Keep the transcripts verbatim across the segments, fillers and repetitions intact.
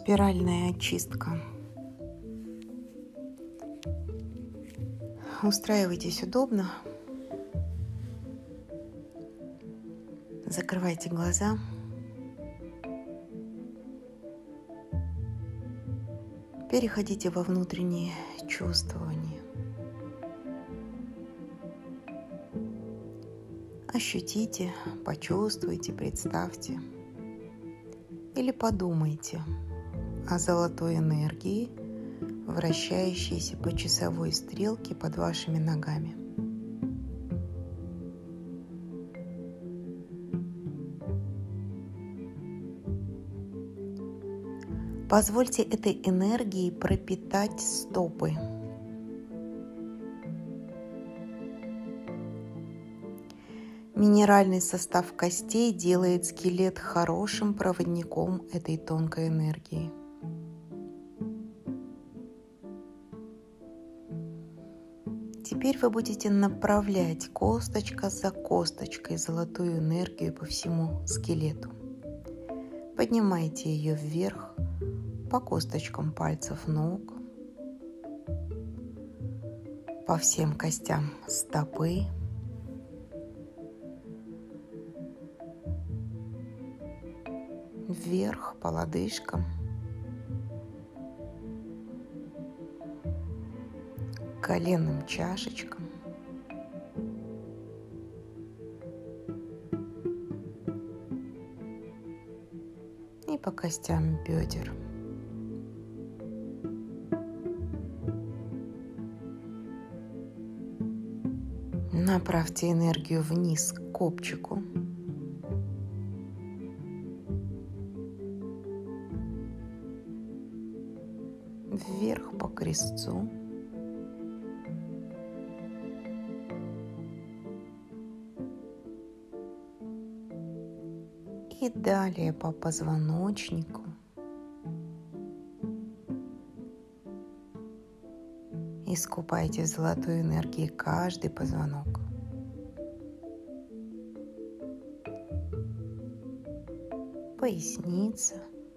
Спиральная очистка. Устраивайтесь удобно. Закрывайте глаза. Переходите во внутреннее чувствование. Ощутите, почувствуйте, представьте или подумайте о золотой энергии, вращающейся по часовой стрелке под вашими ногами. Позвольте этой энергии пропитать стопы. Минеральный состав костей делает скелет хорошим проводником этой тонкой энергии. Теперь вы будете направлять косточка за косточкой золотую энергию по всему скелету. Поднимайте ее вверх по косточкам пальцев ног, по всем костям стопы, вверх по лодыжкам, коленным чашечкам, и по костям бедер. Направьте энергию вниз к копчику. Вверх по крестцу. И далее по позвоночнику. Искупайте в золотой энергии каждый позвонок. Поясница.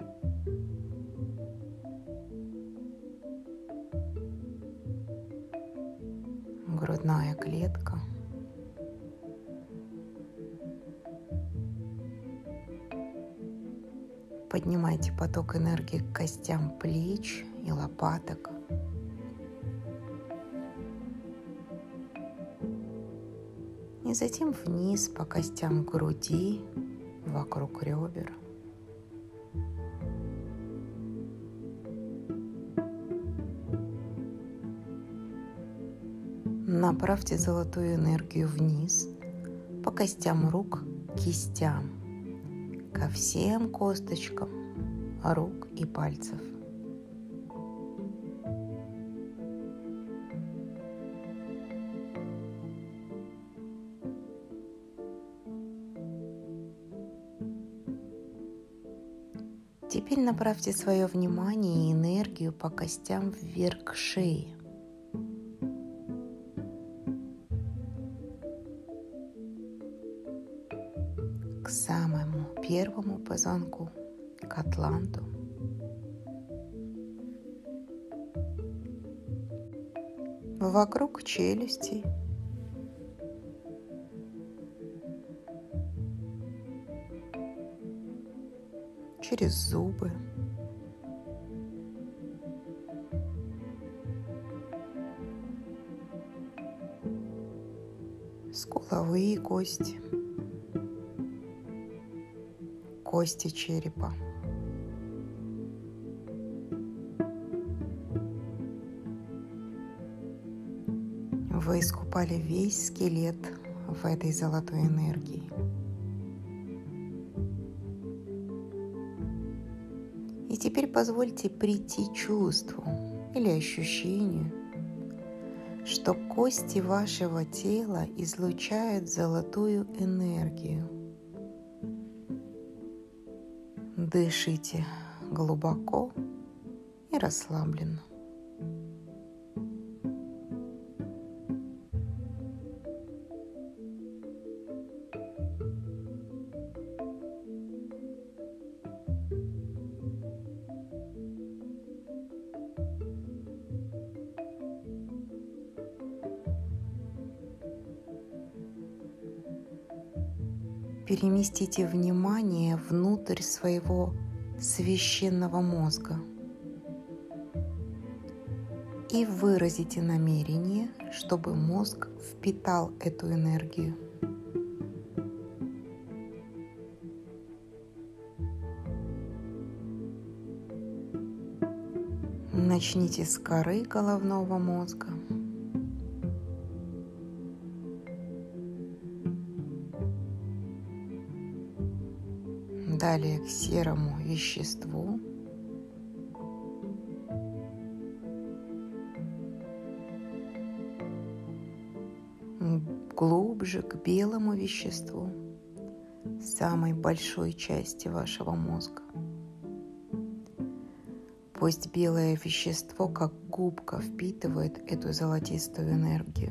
Грудная клетка. Поднимайте поток энергии к костям плеч и лопаток. И затем вниз по костям груди, вокруг ребер. Направьте золотую энергию вниз по костям рук к кистям, ко всем косточкам рук и пальцев. Теперь направьте свое внимание и энергию по костям вверх к шее. К самому первому позвонку, к атланту. Вокруг челюстей. Через зубы. Скуловые кости. Кости черепа. Вы искупали весь скелет в этой золотой энергии. И теперь позвольте прийти чувству или ощущению, что кости вашего тела излучают золотую энергию. Дышите глубоко и расслабленно. переместите внимание внутрь своего священного мозга и выразите намерение, чтобы мозг впитал эту энергию. Начните с коры головного мозга. Далее к серому веществу. Глубже к белому веществу, самой большой части вашего мозга. Пусть белое вещество, как губка, впитывает эту золотистую энергию.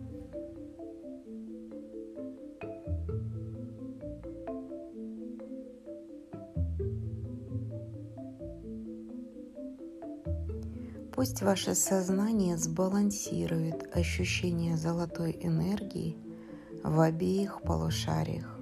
Пусть ваше сознание сбалансирует ощущение золотой энергии в обеих полушариях.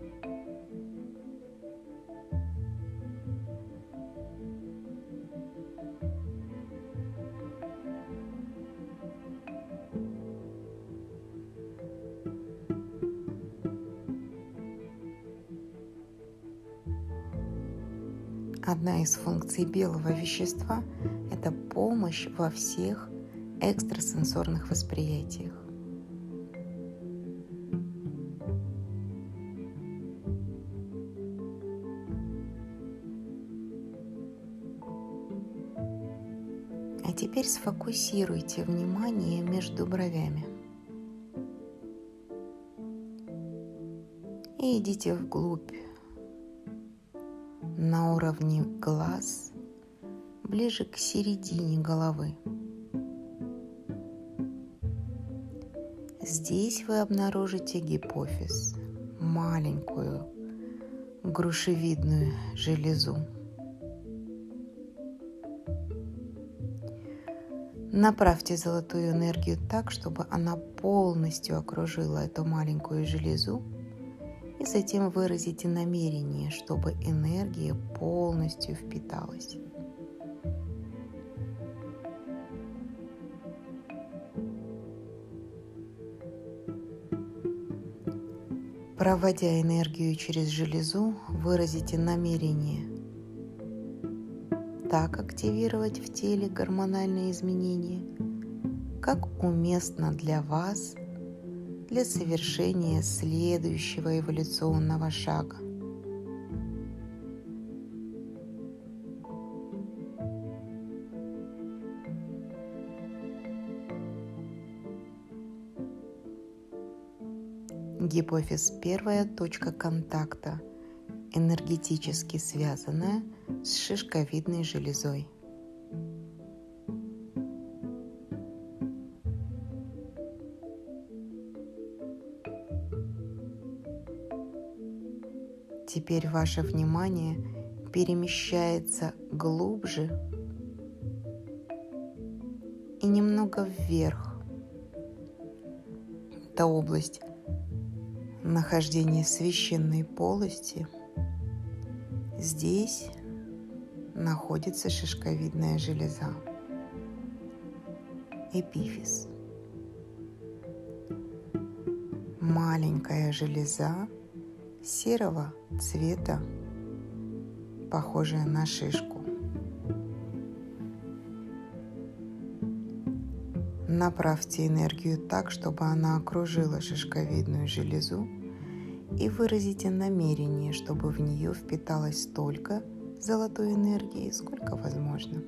Одна из функций белого вещества – это помощь во всех экстрасенсорных восприятиях. А теперь сфокусируйте внимание между бровями и идите вглубь, на уровне глаз, ближе к середине головы. Здесь вы обнаружите гипофиз, маленькую грушевидную железу. Направьте золотую энергию так, чтобы она полностью окружила эту маленькую железу, и затем выразите намерение, чтобы энергия полностью впиталась. Проводя энергию через железу, выразите намерение так активировать в теле гормональные изменения, как уместно для вас для совершения следующего эволюционного шага. Гипофиз – первая точка контакта, энергетически связанная с шишковидной железой. Теперь ваше внимание перемещается глубже и немного вверх. Это область нахождения священной полости. Здесь находится шишковидная железа, эпифиз. Маленькая железа серого цвета, похожая на шишку. Направьте энергию так, чтобы она окружила шишковидную железу, и выразите намерение, чтобы в нее впиталось столько золотой энергии, сколько возможно.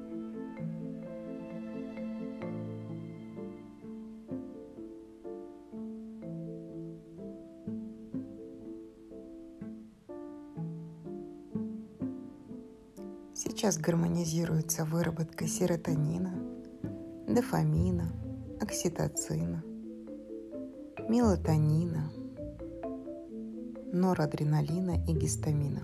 Сейчас гармонизируется выработка серотонина, дофамина, окситоцина, мелатонина, норадреналина и гистамина.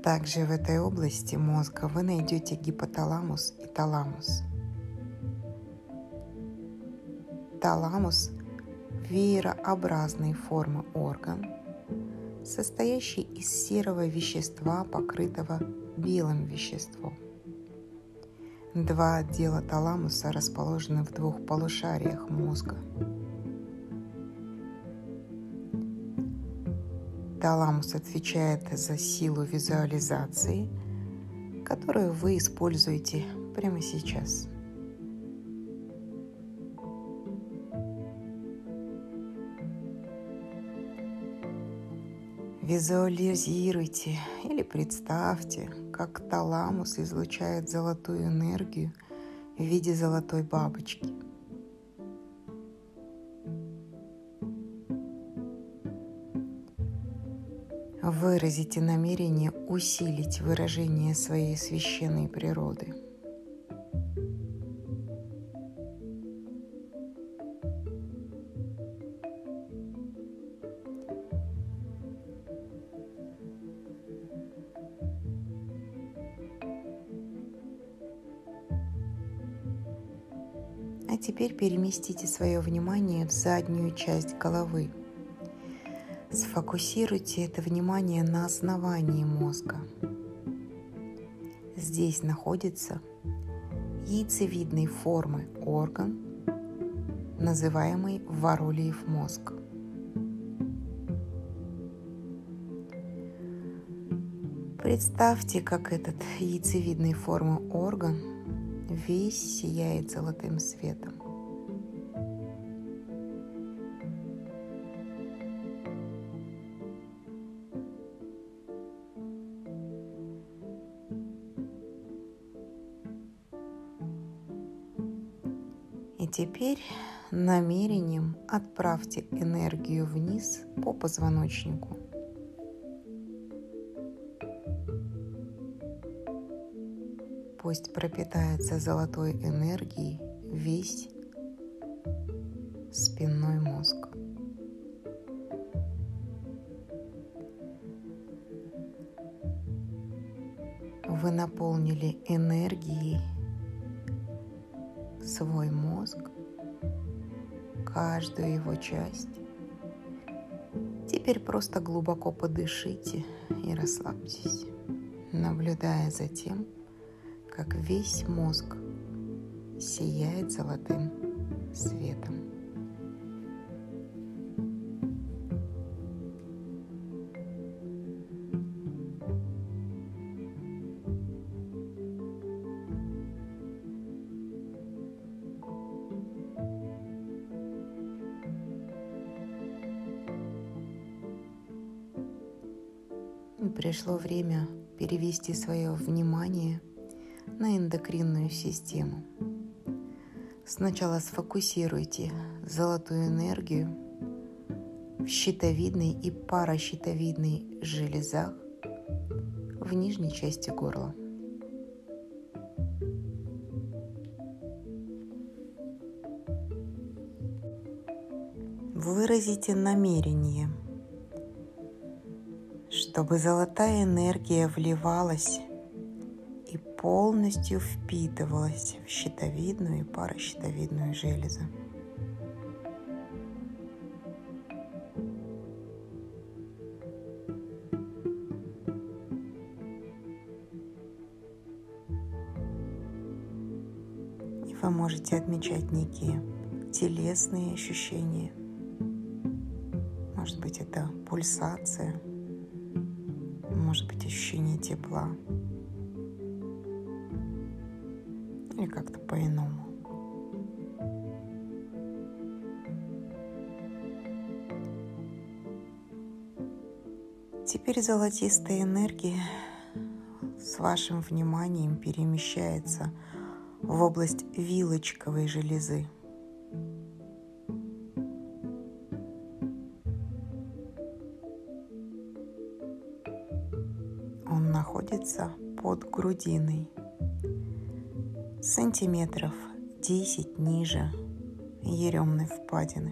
Также в этой области мозга вы найдете гипоталамус и таламус. Таламус – веерообразной формы орган, состоящий из серого вещества, покрытого белым веществом. Два отдела таламуса расположены в двух полушариях мозга. Таламус отвечает за силу визуализации, которую вы используете прямо сейчас. Визуализируйте или представьте, как таламус излучает золотую энергию в виде золотой бабочки. Выразите намерение усилить выражение своей священной природы. А теперь переместите свое внимание в заднюю часть головы. Сфокусируйте это внимание на основании мозга. Здесь находится яйцевидной формы орган, называемый Варолиев мозг. Представьте, как этот яйцевидной формы орган весь сияет золотым светом. И теперь намерением отправьте энергию вниз по позвоночнику. Пусть пропитается золотой энергией весь спинной мозг. Вы наполнили энергией свой мозг, каждую его часть. Теперь просто глубоко подышите и расслабьтесь, наблюдая за тем, как весь мозг сияет золотым светом. И пришло время перевести свое внимание на эндокринную систему. Сначала сфокусируйте золотую энергию в щитовидной и паращитовидной железах в нижней части горла. Выразите намерение, чтобы золотая энергия вливалась и полностью впитывалась в щитовидную и паращитовидную железы. И вы можете отмечать некие телесные ощущения. Может быть, это пульсация, может быть, ощущение тепла. Или как-то по-иному. Теперь золотистая энергия с вашим вниманием перемещается в область вилочковой железы. Он находится под грудиной, сантиметров десять ниже еремной впадины.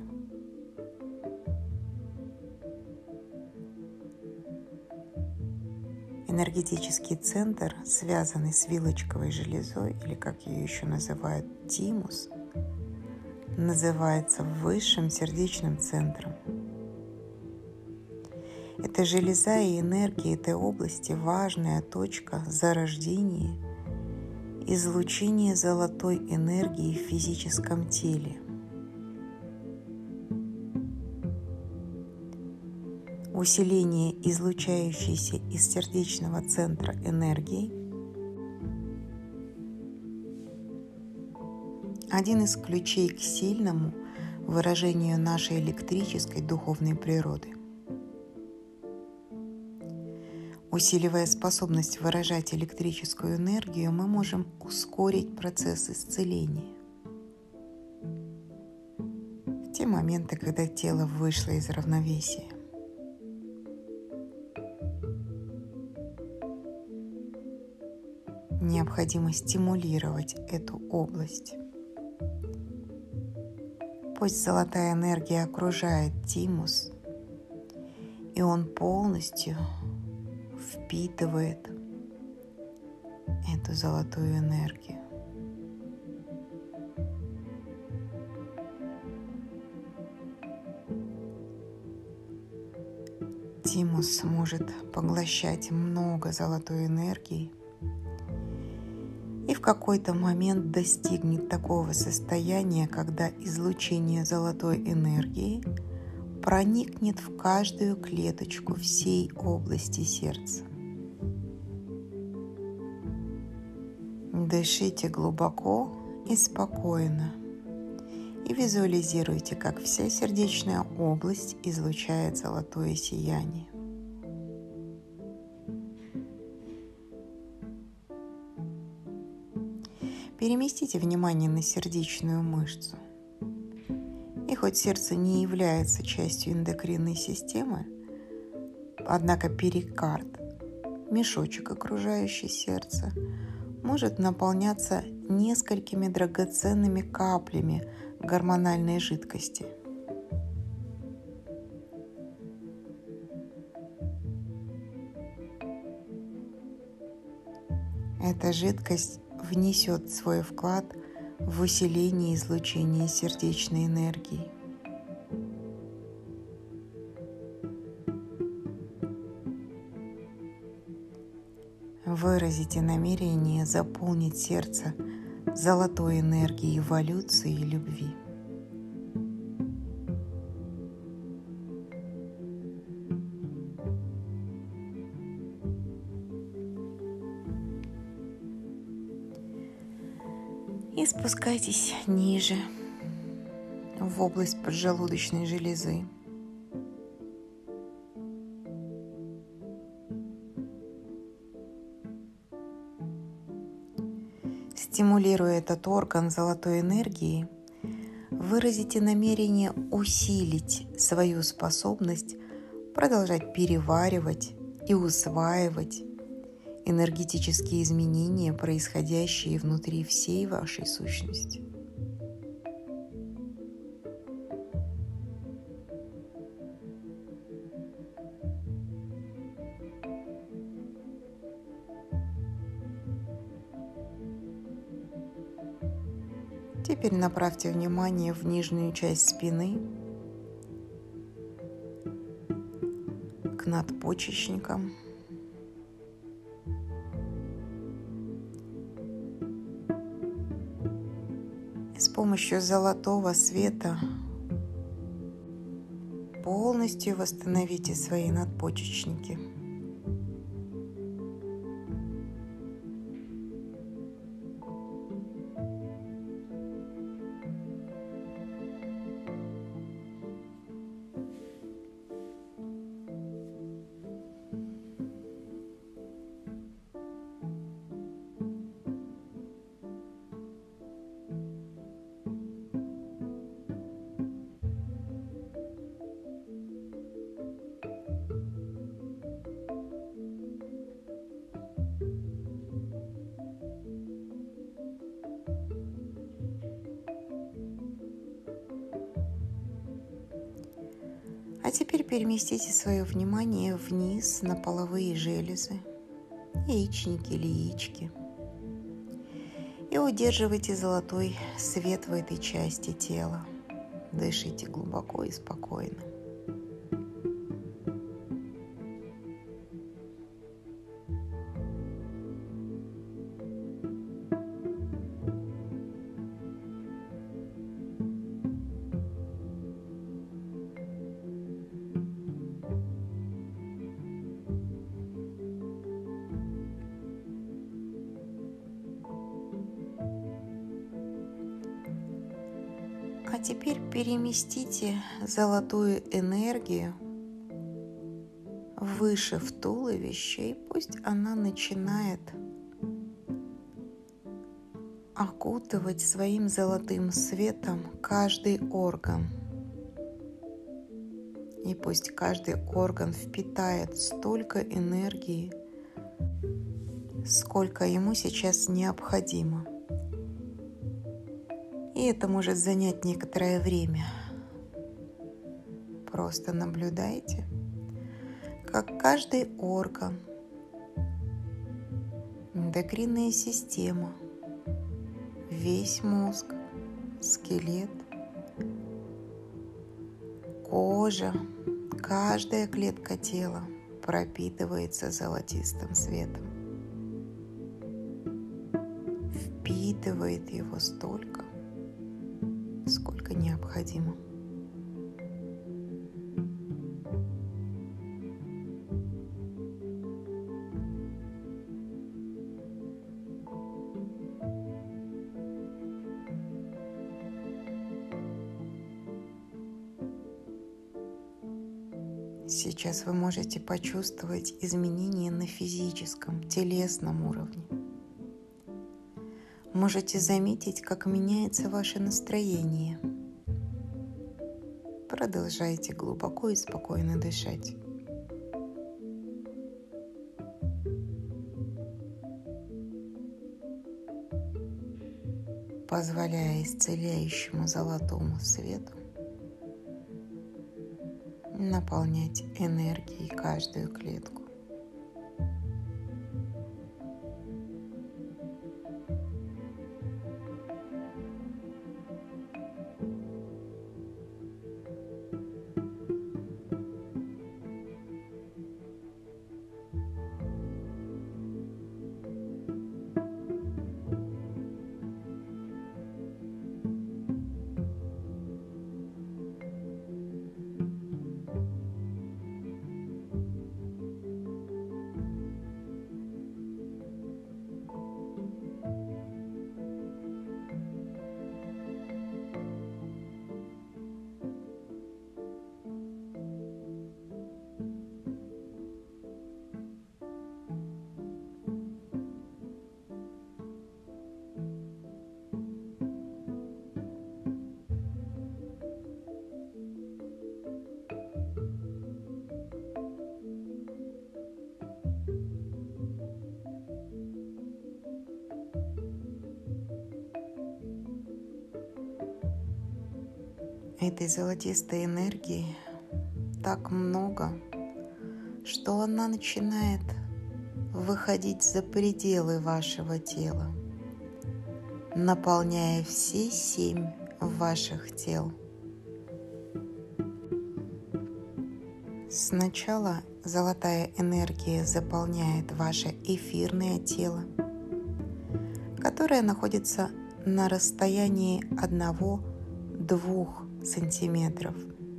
Энергетический центр, связанный с вилочковой железой, или как ее еще называют, тимус, называется высшим сердечным центром. Эта железа и энергия этой области – важная точка зарождения, излучения золотой энергии в физическом теле. Усиление излучающейся из сердечного центра энергии – один из ключей к сильному выражению нашей электрической духовной природы. Усиливая способность выражать электрическую энергию, мы можем ускорить процесс исцеления. В те моменты, когда тело вышло из равновесия. Необходимо стимулировать эту область. Пусть золотая энергия окружает тимус, и он полностью впитывает эту золотую энергию. Тимус может поглощать много золотой энергии и в какой-то момент достигнет такого состояния, когда излучение золотой энергии проникнет в каждую клеточку всей области сердца. Дышите глубоко и спокойно и визуализируйте, как вся сердечная область излучает золотое сияние. Переместите внимание на сердечную мышцу. И хоть сердце не является частью эндокринной системы, однако перикард, мешочек, окружающий сердце, может наполняться несколькими драгоценными каплями гормональной жидкости. Эта жидкость внесет свой вклад в усиление излучения сердечной энергии. Выразите намерение заполнить сердце золотой энергией эволюции и любви. И спускайтесь ниже, в область поджелудочной железы. Стимулируя этот орган золотой энергией, выразите намерение усилить свою способность продолжать переваривать и усваивать энергетические изменения, происходящие внутри всей вашей сущности. Теперь направьте внимание в нижнюю часть спины, к надпочечникам. И с помощью золотого света полностью восстановите свои надпочечники. А теперь переместите свое внимание вниз на половые железы. яичники или яички. И удерживайте золотой свет в этой части тела. Дышите глубоко и спокойно. А теперь переместите золотую энергию выше в туловище, и пусть она начинает окутывать своим золотым светом каждый орган. И пусть каждый орган впитает столько энергии, сколько ему сейчас необходимо. И это может занять некоторое время. Просто наблюдайте, как каждый орган, эндокринная система, весь мозг, скелет, кожа, каждая клетка тела пропитывается золотистым светом. Впитывает его столько, сколько необходимо. Сейчас вы можете почувствовать изменения на физическом, телесном уровне. Можете заметить, как меняется ваше настроение. Продолжайте глубоко и спокойно дышать. Позволяя исцеляющему золотому свету наполнять энергией каждую клетку. Этой золотистой энергии так много, что она начинает выходить за пределы вашего тела, наполняя все семь ваших тел. Сначала золотая энергия заполняет ваше эфирное тело, которое находится на расстоянии одного-двух сантиметров.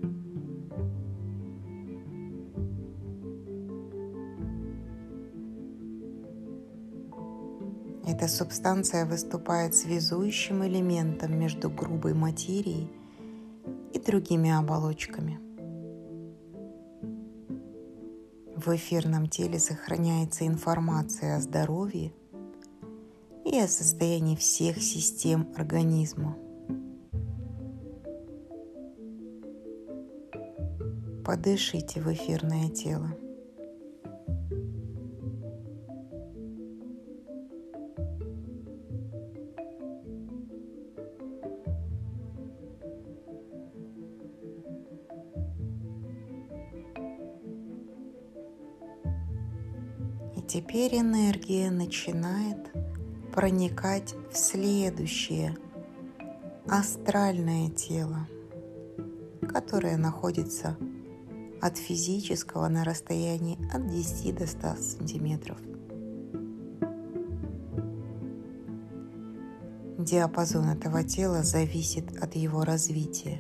Эта субстанция выступает связующим элементом между грубой материей и другими оболочками. В эфирном теле сохраняется информация о здоровье и о состоянии всех систем организма. Подышите в эфирное тело. И Теперь энергия начинает проникать в следующее астральное тело, которое находится от физического на расстоянии от десяти до ста сантиметров. Диапазон этого тела зависит от его развития.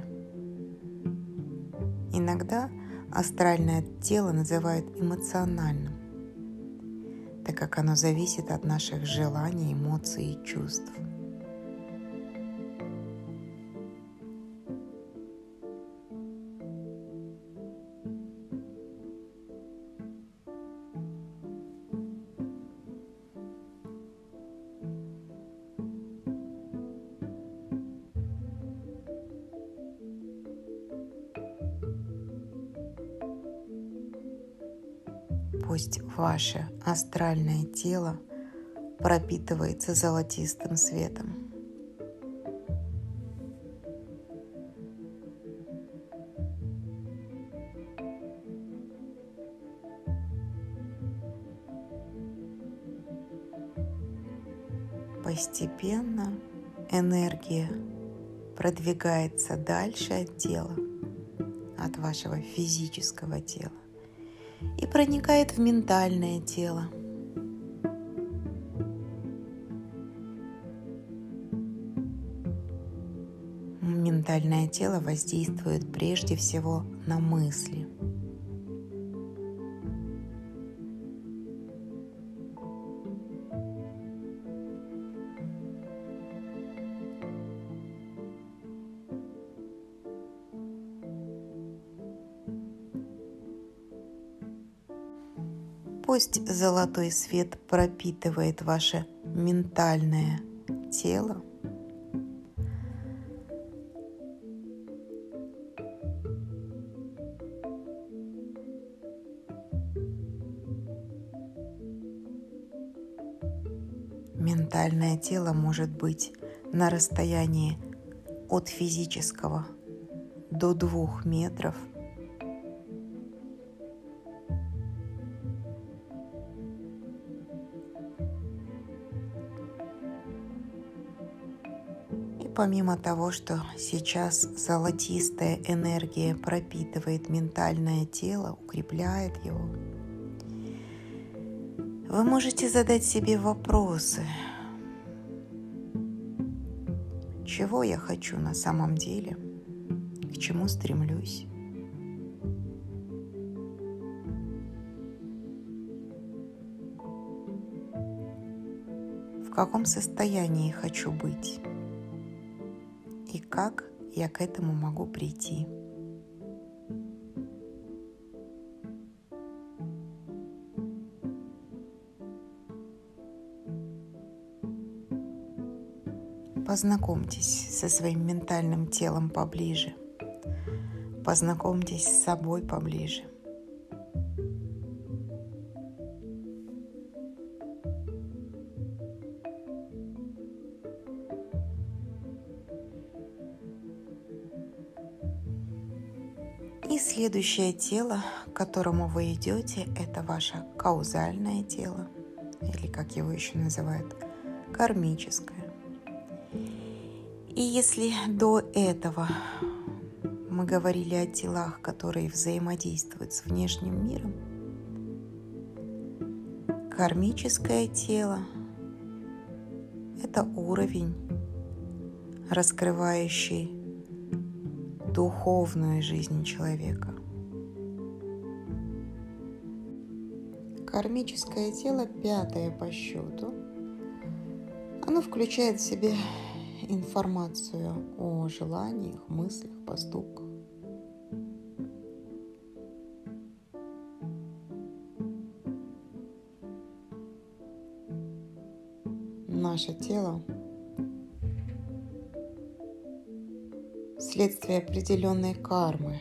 Иногда астральное тело называют эмоциональным, так как оно зависит от наших желаний, эмоций и чувств. Пусть ваше астральное тело пропитывается золотистым светом. Постепенно энергия продвигается дальше от тела, от вашего физического тела, и проникает в ментальное тело. Ментальное тело воздействует прежде всего на мысли. Пусть золотой свет пропитывает ваше ментальное тело. Ментальное тело может быть на расстоянии от физического до двух метров. И помимо того, что сейчас золотистая энергия пропитывает ментальное тело, укрепляет его, вы можете задать себе вопросы. Чего я хочу на самом деле? К чему стремлюсь? В каком состоянии хочу быть? И как я к этому могу прийти? Познакомьтесь со своим ментальным телом поближе. Познакомьтесь с собой поближе. И следующее тело, к которому вы идете, это ваше каузальное тело, или, как его еще называют, кармическое. И если до этого мы говорили о телах, которые взаимодействуют с внешним миром, кармическое тело – это уровень, раскрывающий духовную жизнь человека. Кармическое тело пятое по счету. Оно включает в себя информацию о желаниях, мыслях, поступках. Наше тело – следствие определенной кармы,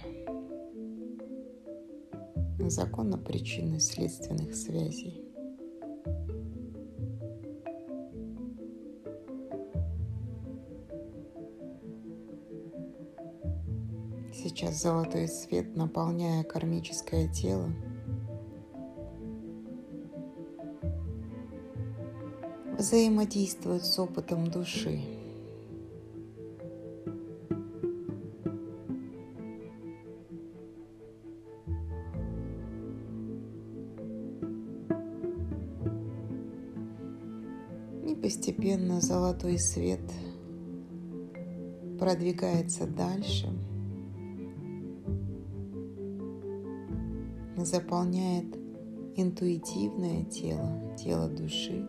законно-причинно-следственных связей. Сейчас золотой свет, наполняя кармическое тело, взаимодействуют с опытом души. И постепенно золотой свет продвигается дальше, заполняет интуитивное тело, тело души.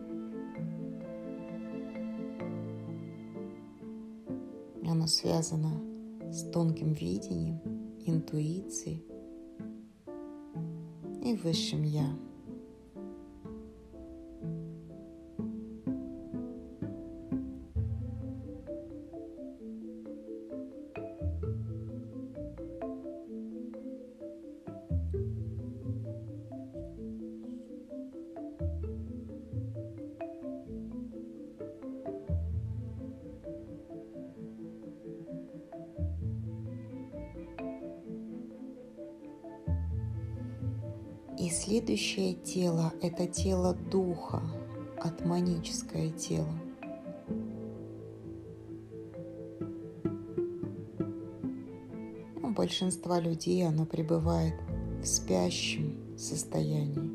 Оно связано с тонким видением, интуицией и высшим Я. И следующее тело – это тело духа, атманическое тело. У большинства людей оно пребывает в спящем состоянии.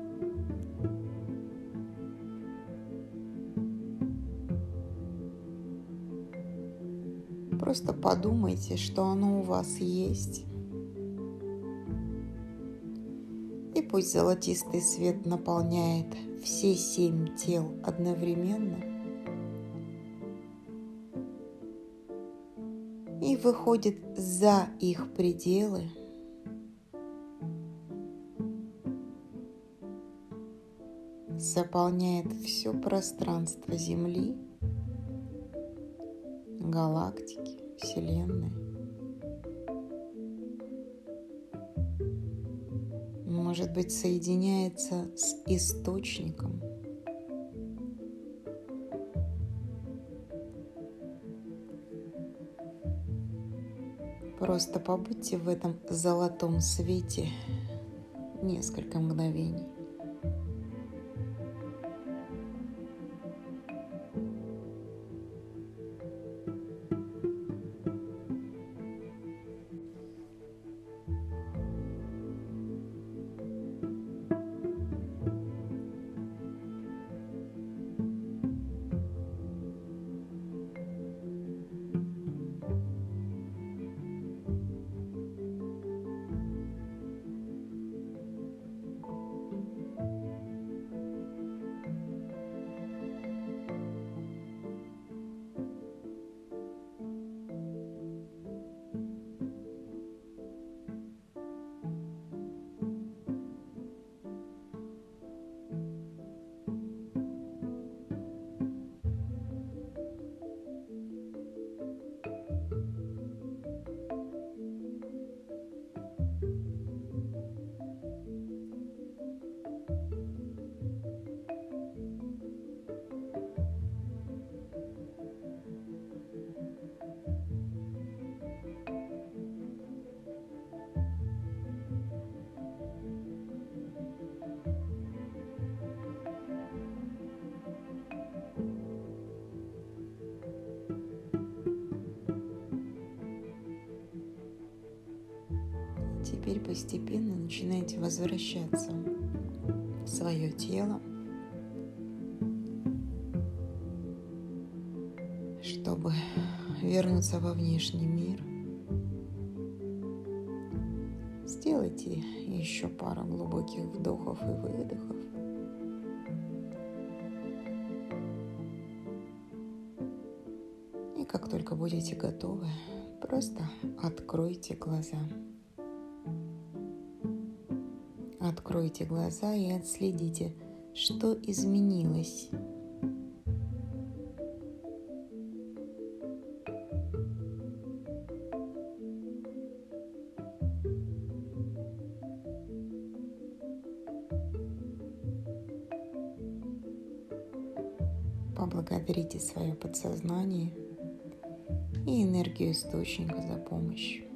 Просто подумайте, что оно у вас есть. И пусть золотистый свет наполняет все семь тел одновременно и выходит за их пределы, заполняет все пространство Земли, галактики, Вселенной. Может быть, соединяется с источником. Просто побудьте в этом золотом свете несколько мгновений. Теперь постепенно начинайте возвращаться в свое тело, чтобы вернуться во внешний мир. Сделайте еще пару глубоких вдохов и выдохов. И как только будете готовы, просто откройте глаза. Откройте глаза и отследите, что изменилось. Поблагодарите свое подсознание и энергию источника за помощь.